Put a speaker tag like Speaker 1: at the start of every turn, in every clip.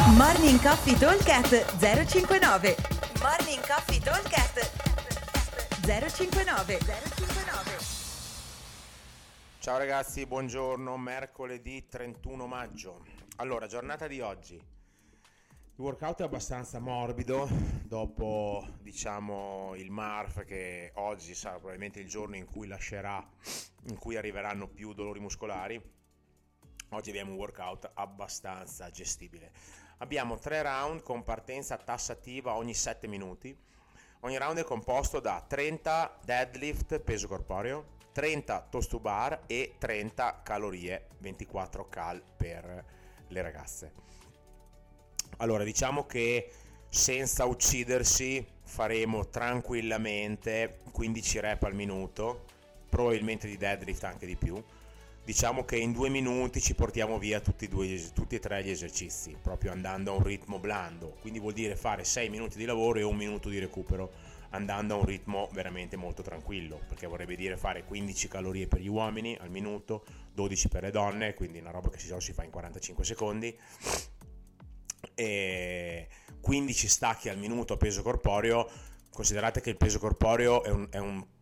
Speaker 1: Morning Coffee Talkcast 059. Morning Coffee Talkcast 059.
Speaker 2: Ciao ragazzi, buongiorno, mercoledì 31 maggio. Allora, giornata di oggi. Il workout è abbastanza morbido dopo, il MARF, che oggi sarà probabilmente il giorno in cui arriveranno più dolori muscolari. Oggi abbiamo un workout abbastanza gestibile. Abbiamo 3 round con partenza tassativa ogni 7 minuti. Ogni round è composto da 30 deadlift peso corporeo, 30 toast to bar e 30 calorie, 24 cal per le ragazze. Allora, diciamo che senza uccidersi faremo tranquillamente 15 rep al minuto, probabilmente di deadlift anche di più. Diciamo che in 2 minuti ci portiamo via tutti e tre gli esercizi, proprio andando a un ritmo blando, quindi vuol dire fare 6 minuti di lavoro e 1 minuto di recupero, andando a un ritmo veramente molto tranquillo, perché vorrebbe dire fare 15 calorie per gli uomini al minuto, 12 per le donne, quindi una roba che si fa in 45 secondi, e 15 stacchi al minuto a peso corporeo. Considerate che il peso corporeo è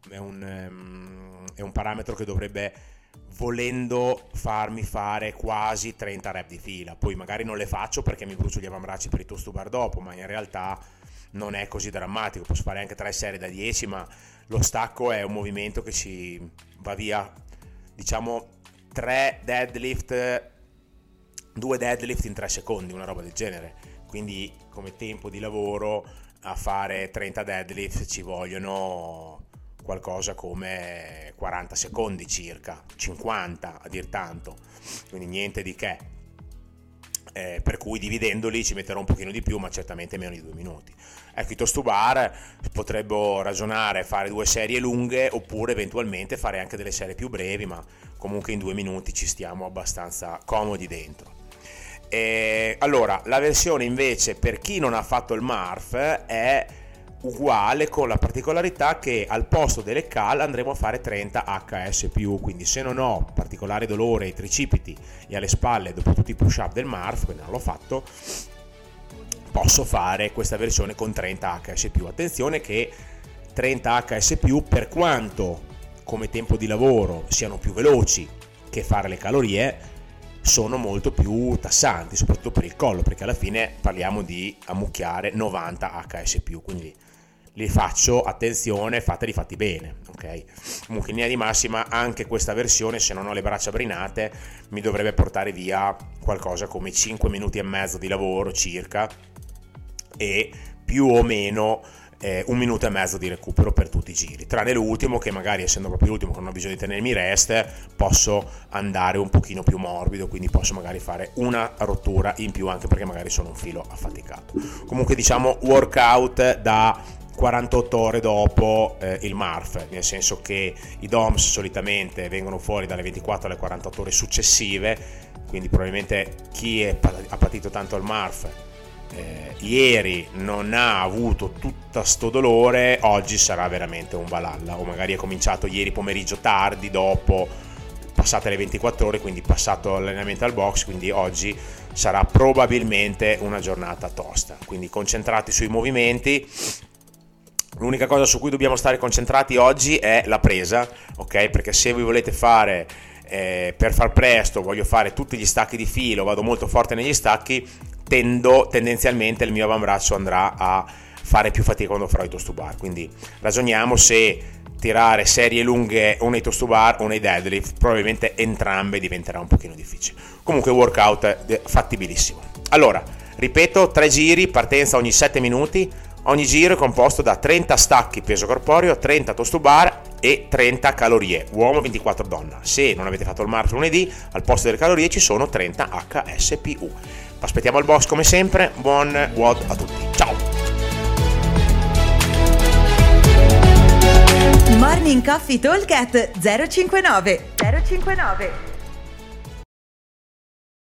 Speaker 2: un parametro che dovrebbe, volendo, farmi fare quasi 30 rep di fila. Poi magari non le faccio perché mi brucio gli avambracci per i toast to bar dopo, ma in realtà non è così drammatico. Posso fare anche 3 serie da 10, ma lo stacco è un movimento che ci va via, 3 deadlift, 2 deadlift in 3 secondi, una roba del genere. Quindi come tempo di lavoro a fare 30 deadlift ci vogliono qualcosa come 40 secondi circa, 50 a dir tanto, quindi niente di che, per cui dividendoli ci metterò un pochino di più, ma certamente meno di 2 minuti. Ecco, i toast to bar potremmo ragionare, fare 2 serie lunghe oppure eventualmente fare anche delle serie più brevi, ma comunque in 2 minuti ci stiamo abbastanza comodi dentro. Allora, la versione invece per chi non ha fatto il MARF è uguale, con la particolarità che al posto delle cal andremo a fare 30 HS+, quindi se non ho particolare dolore ai tricipiti e alle spalle dopo tutti i push up del MARF, quindi non l'ho fatto, posso fare questa versione con 30 HS+. Attenzione che 30 HS+, per quanto come tempo di lavoro siano più veloci che fare le calorie, sono molto più tassanti, soprattutto per il collo, perché alla fine parliamo di ammucchiare 90 HS+, quindi li faccio, attenzione, fateli fatti bene, ok? Comunque in linea di massima anche questa versione, se non ho le braccia brinate, mi dovrebbe portare via qualcosa come 5 minuti e mezzo di lavoro circa, e più o meno 1 minuto e mezzo di recupero per tutti i giri, tranne l'ultimo, che magari, essendo proprio l'ultimo che non ho bisogno di tenermi rest, posso andare un pochino più morbido, quindi posso magari fare una rottura in più, anche perché magari sono un filo affaticato. Comunque workout da 48 ore dopo il MARF, nel senso che i DOMS solitamente vengono fuori dalle 24 alle 48 ore successive, quindi probabilmente chi ha patito tanto al MARF ieri non ha avuto tutto sto dolore, oggi sarà veramente un valhalla, o magari è cominciato ieri pomeriggio tardi, dopo passate le 24 ore, quindi passato l'allenamento al box, quindi oggi sarà probabilmente una giornata tosta. Quindi concentrati sui movimenti. L'unica cosa su cui dobbiamo stare concentrati oggi è la presa, ok? Perché se voi volete fare per far presto, voglio fare tutti gli stacchi di filo, vado molto forte negli stacchi, tendenzialmente il mio avambraccio andrà a fare più fatica quando farò i toast to bar. Quindi ragioniamo se tirare serie lunghe o nei toast to bar o nei deadlift, probabilmente entrambe diventerà un pochino difficile. Comunque workout fattibilissimo. Allora, ripeto, 3 giri, partenza ogni 7 minuti. Ogni giro è composto da 30 stacchi peso corporeo, 30 toast to bar e 30 calorie, uomo 24 donna. Se non avete fatto il MARF lunedì, al posto delle calorie ci sono 30 HS+. Aspettiamo al box come sempre, buon WOD a tutti, ciao!
Speaker 1: Morning Coffee Talkcast 059.